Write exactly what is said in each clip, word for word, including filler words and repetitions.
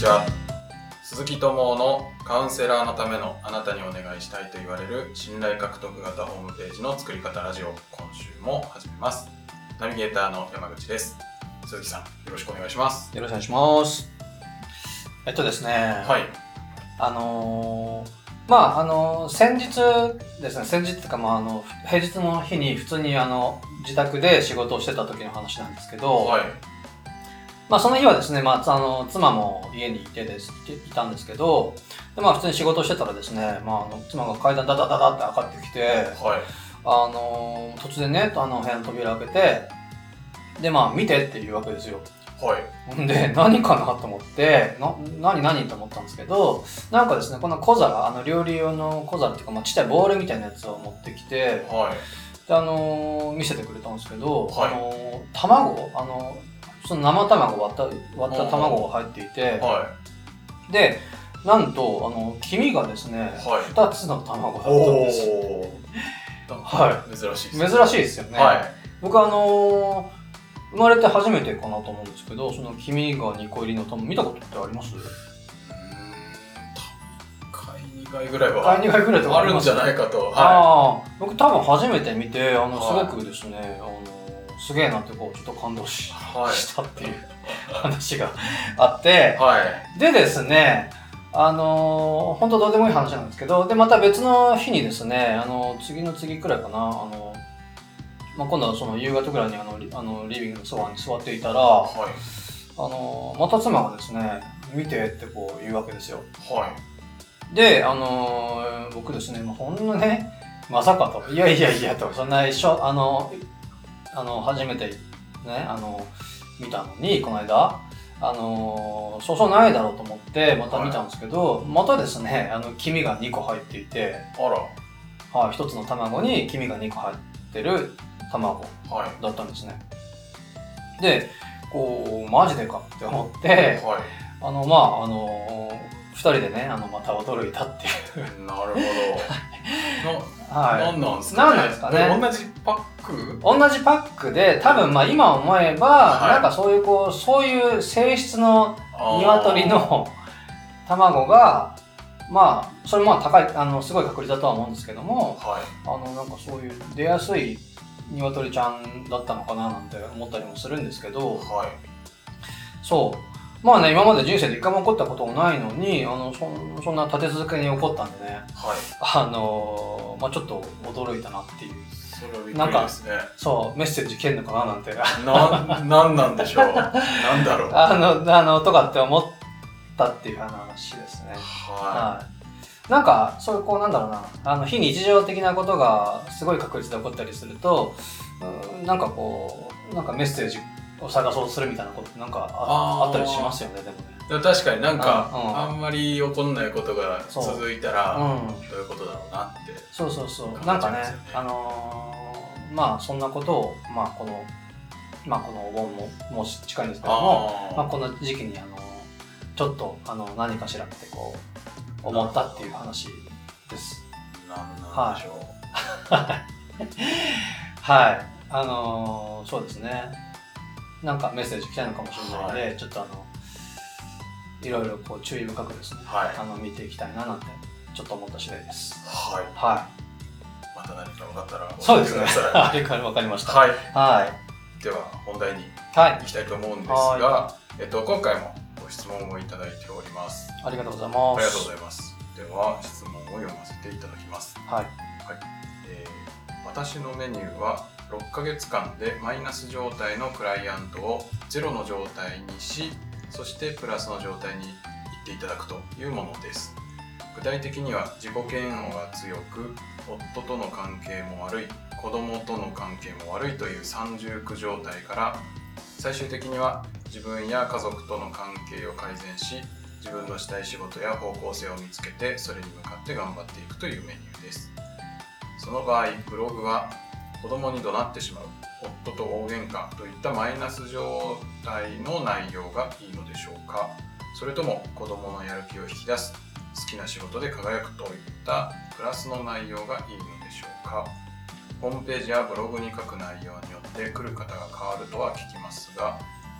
は。鈴木智夫のカウンセラーのためのあなたにお願いしたいと言われる信頼獲得型ホームページの作り方ラジオ、今週も始めます。ナビゲーターの山口です。鈴木さん、よろしくお願いします。 よろしくお願いします。えっとですね、 はい。 あのー、まああのー、先日ですね、先日っていうか、まあ、あの平日の日に普通にあの自宅で仕事をしてた時の話なんですけど、 はい。 まあその日はですね、まあ、あの妻も家にいてですいたんですけど、でまあ普通に仕事をしてたらですね、まあ、あの妻が階段ダダダダって上がってきて、 はい。 あのー、突然ね、あの部屋の扉を開けて、でまあ見てっていうわけですよ。 はい。 で、何かなと思って、な、何何と思ったんですけど、なんかですね、この小皿、あの料理用の小皿っていうか、まあ、ちっちゃいボウルみたいなやつを持ってきて、 はい。 で、あのー、見せてくれたんですけど、 はい、 あのー、卵、あのー、その生卵割った、割った卵が入っていて、 はい、 で、なんと、あの、黄身がですね、 はい、 ふたつの卵だったんですよ。 はい。珍しいですね。 珍しいですよね。 はい。 僕あのー、生まれて初めてかなと思うんですけど、その黄身がにこ入りの卵見たことってあります？うーん、 いっかいにかいぐらいは。 いっかいにかいぐらいとかあるんじゃないかと。はい、 ああ、僕多分初めて見て、あの、すはい、 ごくですね、あの、すげえなってこう、ちょっと感動 し,、はい、したっていう話があって、 はい、 でですね、あのー、本当どうでもいい話なんですけど、で、また別の日にですね、あの、次の次くらいかな、あの、まあ、今度はその夕方ぐらいにあの、あのリビングのそばに座っていたら、はい、あの、また妻がですね、見てってこう言うわけですよ。 はい。 で、あのー、僕ですね、ほんのね、まさかと、いやいやいやと、そんな一緒、あの、あの、初めてね、あの、見たのに、この間、あのー、そうそうないだろうと思って、また見たんですけど、はい、またですね、あの、黄身がにこ入っていて、 あら。 はい、一つの卵に黄身がにこ入ってる卵だったんですね。はい、で、こう、マジでかって思って、はい、あの、まあ、あのー、二人でね、あの、また驚いたっていう。 なるほど。な、はい、何なんですかね。 何なんですかね。 同じパック？ 同じパックで、多分まあ今思えば、はい、なんかそういうこう、そういう性質の鶏の卵が、まあ、それまあ高い、あの、すごい確率だとは思うんですけども、はい、あの、なんかそういう出やすい鶏ちゃんだったのかななんて思ったりもするんですけど、はい、そう。まあね、今まで人生で一回も起こったこともないのに、あの、そ, そんな立て続けに起こったんでね、はい、あのー、まあちょっと驚いたなっていう。 それはびっくりですね。 そう、メッセージ来るのかななんて。 な、なんなんでしょう。なんだろう。 あの、あの、とかって思ったっていう話ですね。 はい。はい、 なんか、そういう、こう、なんだろうな、あの、非日常的なことがすごい確率で起こったりすると、うん、なんかこう、なんかメッセージを探そうとするみたいなことってなんか あ, あったりしますよね、でもね。 でも確かになんか、うんうん、あんまり起こんないことが続いたら、うん、どういうことだろうなって。 そうそうそう。なんかね、あのー、まあそんなことを、まあこの、まあこのお盆ももう近いんですけども、あまあこの時期にあの、ちょっとあの何かしらってこう、思ったっていう話です。 なんなんでしょう。 はい。はい。あのー、そうですね。なんかメッセージ来たのかもしれないので、はい、ちょっとあの、いろいろこう注意深くですね、はい、あの見ていきたいななんてちょっと思った次第です。 はい。 はい。 また何か分かったら教えてください。そうですね。わかりました。はい。はい。 では本題に行きたいと思うんですが、はい、えっと今回もご質問をいただいております。 ありがとうございます。 ありがとうございます。では質問を読ませていただきます。 はい。はい。 えー、私のメニューはろっかげつかんでマイナス状態のクライアントをゼロの状態にし、そしてプラスの状態に行っていただくというものです。具体的には自己嫌悪が強く、夫との関係も悪い、子供との関係も悪いという三重苦状態から、最終的には自分や家族との関係を改善し、自分のしたい仕事や方向性を見つけて、それに向かって頑張っていくというメニューです。その場合、ブログは子供に怒鳴ってしまう、夫と大喧嘩といったマイナス状態の内容がいいのでしょうか。それとも子供のやる気を引き出す、好きな仕事で輝くといったプラスの内容がいいのでしょうか。ホームページやブログに書く内容によって来る方が変わるとは聞きますが、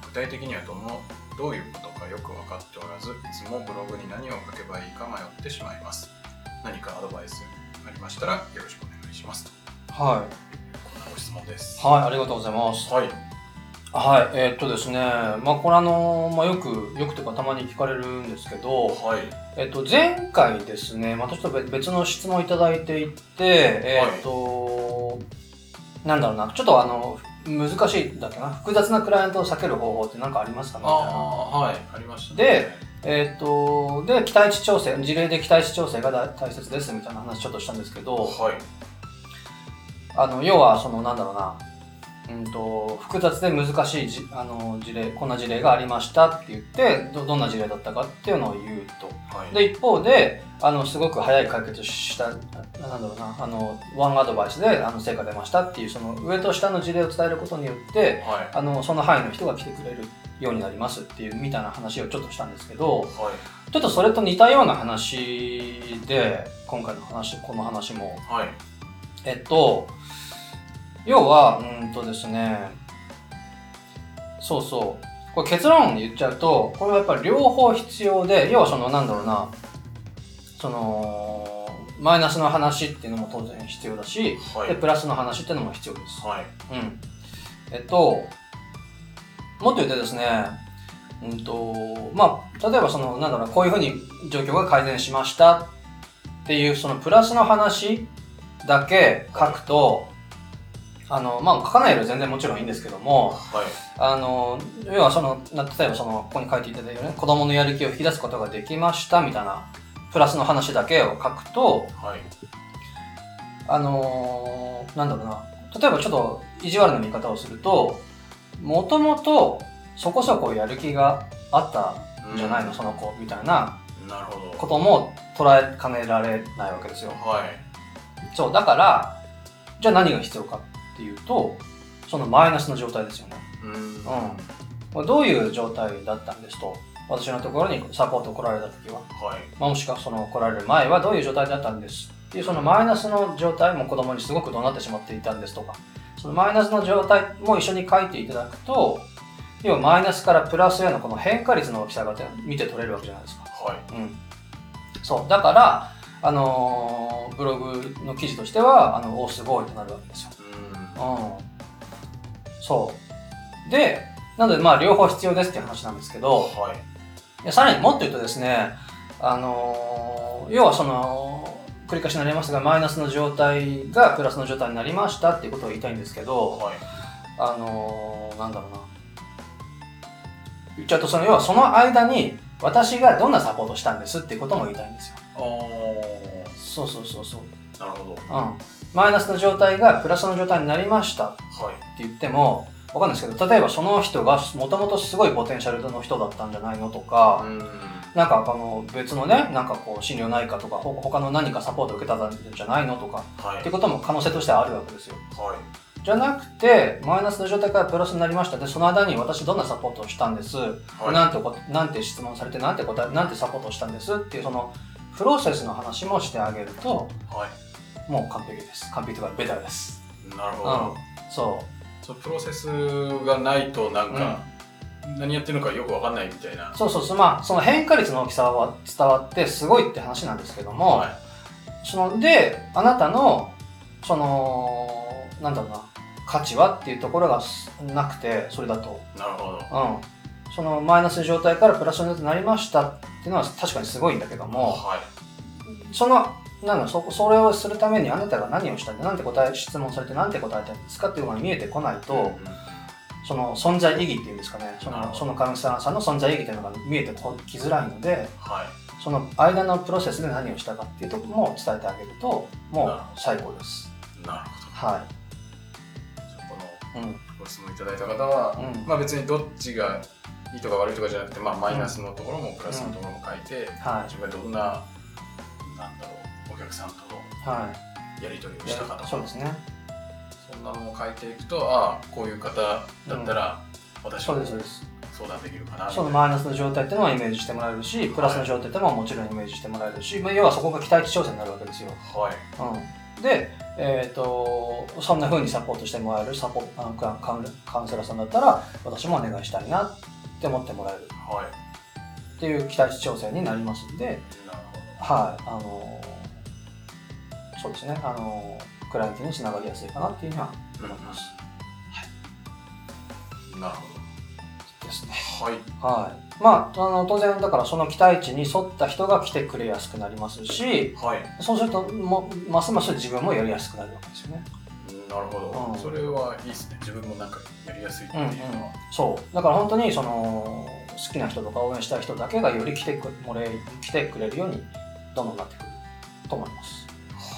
具体的にはどのどういうことかよく分かっておらず、いつもブログに何を書けばいいか迷ってしまいます。何かアドバイスありましたらよろしくお願いしますと。 はい。 こんなご質問です。 はい、ありがとうございます。 はい。 はい、えー、っとですね、まあこれあの、まあ、よく、よくというかたまに聞かれるんですけど、 はい。 えっと、前回ですね、またちょっと別の質問いただいていて、えー、っと、はい、なんだろうな、ちょっとあの、難しいんだっけな、複雑なクライアントを避ける方法って何かありますかみたいな。 ああ、はい、ありましたね。 で、えー、っと、で、期待値調整、事例で期待値調整が大切ですみたいな話ちょっとしたんですけど、 はい。 あの、要は、その、なんだろうな、うんと、複雑で難しいじあの事例、こんな事例がありましたって言って、ど、どんな事例だったかっていうのを言うと。はい、で、一方で、あの、すごく早い解決した、なんだろうな、あの、ワンアドバイスで、あの、成果出ましたっていう、その、上と下の事例を伝えることによって、はい、あの、その範囲の人が来てくれるようになりますっていう、みたいな話をちょっとしたんですけど、はい、ちょっとそれと似たような話で、今回の話、この話も、はい、えっと、要は、うんとですね、そうそう、これ結論言っちゃうと、これはやっぱり両方必要で、要はその、なんだろうな、その、マイナスの話っていうのも当然必要だし、はい、で、プラスの話っていうのも必要です。はい。うん。えっと、もっと言うとですね、うんと、まあ、例えばその、なんだろう、こういうふうに状況が改善しましたっていう、そのプラスの話だけ書くと、はい、あの、まあ、書かないより全然もちろんいいんですけども、はい、あの、要はその、例えばその、ここに書いていただいたように、子供のやる気を引き出すことができましたみたいな、プラスの話だけを書くと、はい、あの、なんだろうな、例えばちょっと意地悪な見方をすると、もともとそこそこやる気があったんじゃないの、うん、その子、みたいなことも捉えかねられないわけですよ。はい、そう、だから、じゃあ何が必要かっていうと、そのマイナスの状態ですよね。うん。うん、どういう状態だったんですと。私のところにサポート来られた時は。はい。まあ、もしくはその来られる前はどういう状態だったんですっていう、そのマイナスの状態も子供にすごく怒鳴ってしまっていたんですとか、そのマイナスの状態も一緒に書いていただくと、要はマイナスからプラスへのこの変化率の大きさが見て取れるわけじゃないですか。はい。うん。そう。だから、あのー、ブログの記事としては、あの、お、すごいとなるわけですよ。うん。うん。そう。で、なので、まあ、両方必要ですっていう話なんですけど、はい。でさらにもっと言うとですね、あのー、要はその、繰り返しになりますが、マイナスの状態がプラスの状態になりましたっていうことを言いたいんですけど、はい。あのー、なんだろうな。言っちゃうと、その、要はその間に、私がどんなサポートしたんですっていうことも言いたいんですよ。ああ。そうそうそうそう。なるほど。うん。マイナスの状態がプラスの状態になりましたって言っても、わかんないですけど、例えばその人がもともとすごいポテンシャルの人だったんじゃないのとか、うん、なんかあの別のね、なんかこう心療内科とか他の何かサポートを受けたんじゃないのとか、はい、っていうことも可能性としてはあるわけですよ。はい。じゃなくて、マイナスの状態からプラスになりました。で、その間に私どんなサポートをしたんです。はい、なんてこ、なんて質問されて、なんて答え、なんてサポートをしたんですっていう、その、プロセスの話もしてあげると、はい、もう完璧です。完璧というか、ベターです。なるほど。うん、そう。 そのプロセスがないと、なんか、うん、何やってるのかよくわかんないみたいな。 そうそうそう。まあ、その変化率の大きさは伝わって、すごいって話なんですけども、はい、その、で、あなたの、その、なんだろうな、価値はっていうところがなくて、それだと。なるほど。うん。そのマイナス状態からプラスになりましたっていうのは確かにすごいんだけども、はい、その、なんだ、そ、それをするためにあなたが何をしたんで、なんて答え、質問されてなんて答えたんですかっていうのが見えてこないと、うんうん、その存在意義っていうんですかね、その、そのカウンセラーさんの存在意義っていうのが見えてきづらいので、はい、その間のプロセスで何をしたかっていうところも伝えてあげると、もう最高です。 なるほど。 はい。 うん、ご質問いただいた方は、うん、まあ別にどっちがいいとか悪いとかじゃなくて、まあ、マイナスのところもプラスのところも書いて、うんはい、自分がどんな、なんだろう、お客さんとのやり取りをしたかとか、 そうですね、 そんなのを書いていくと、ああこういう方だったら、うん、私も相談できるかなみたいな。 そのマイナスの状態っていうのはイメージしてもらえるし、プラスの状態っていうのはもちろんイメージしてもらえるし、まあ、要はそこが期待値調整になるわけですよ。はい。うん、で、 えー、とそんな風にサポートしてもらえるサポあのカウンカウンセラーさんだったら私もお願いしたいなって思ってもらえるっていう期待値調整になりますんで、 なるはいあのそうですねあのクライアントにつながりやすいかなっていうふうには思います。 ほど。なるほど。 ですね。 はい。 はい。まあ、あの当然だからその期待値に沿った人が来てくれやすくなりますし、 はい。 そうするともますます自分もやりやすくなるわけですよね。 なるほど、 うん、 それはいいですね。自分もなんかやりやすいっていうのは、うんうん、 そうだから本当にその好きな人とか応援したい人だけがより来てくれ来てくれるようにどんどんなってくると思います。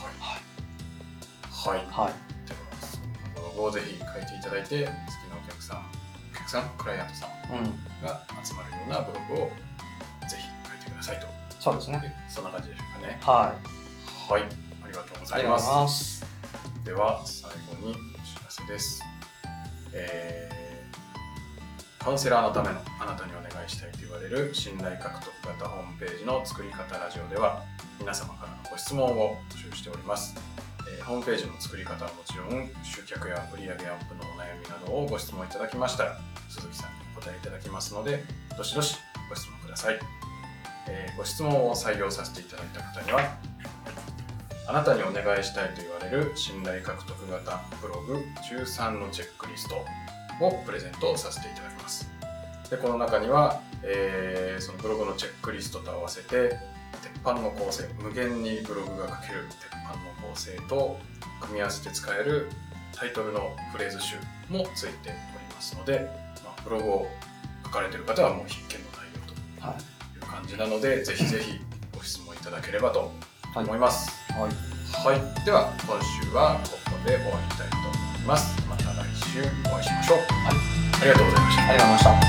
はいはい、 はい、 ではブログをぜひ書いていただいて、好きなお客さんお客さんクライアントさんが集まるようなブログをぜひ書いてくださいと。 そうですね。 そんな感じでしょうかね。 はいはい、ありがとうございます。 ありがとうございます。 では最後にお知らせです。えー、カウンセラーのためのあなたにお願いしたいと言われる信頼獲得型ホームページの作り方ラジオでは、皆様からのご質問を募集しております。えー、ホームページの作り方はもちろん、集客や売上アップのお悩みなどをご質問いただきましたら、鈴木さんにお答えいただきますので、どしどしご質問ください。えー、ご質問を採用させていただいた方には、あなたにお願いしたいと言われる信頼獲得型ブログじゅうさんのチェックリストをプレゼントさせていただきます。でこの中には、えー、そのブログのチェックリストと合わせて鉄板の構成、無限にブログが書ける鉄板の構成と組み合わせて使えるタイトルのフレーズ集もついておりますので、まあ、ブログを書かれている方はもう必見の内容という感じなので、はい、ぜひぜひご質問いただければと思います。 はい、 はいはい、では今週はここで終わりたいと思います。また来週お会いしましょう。はい、ありがとうございました。 ありがとうございました。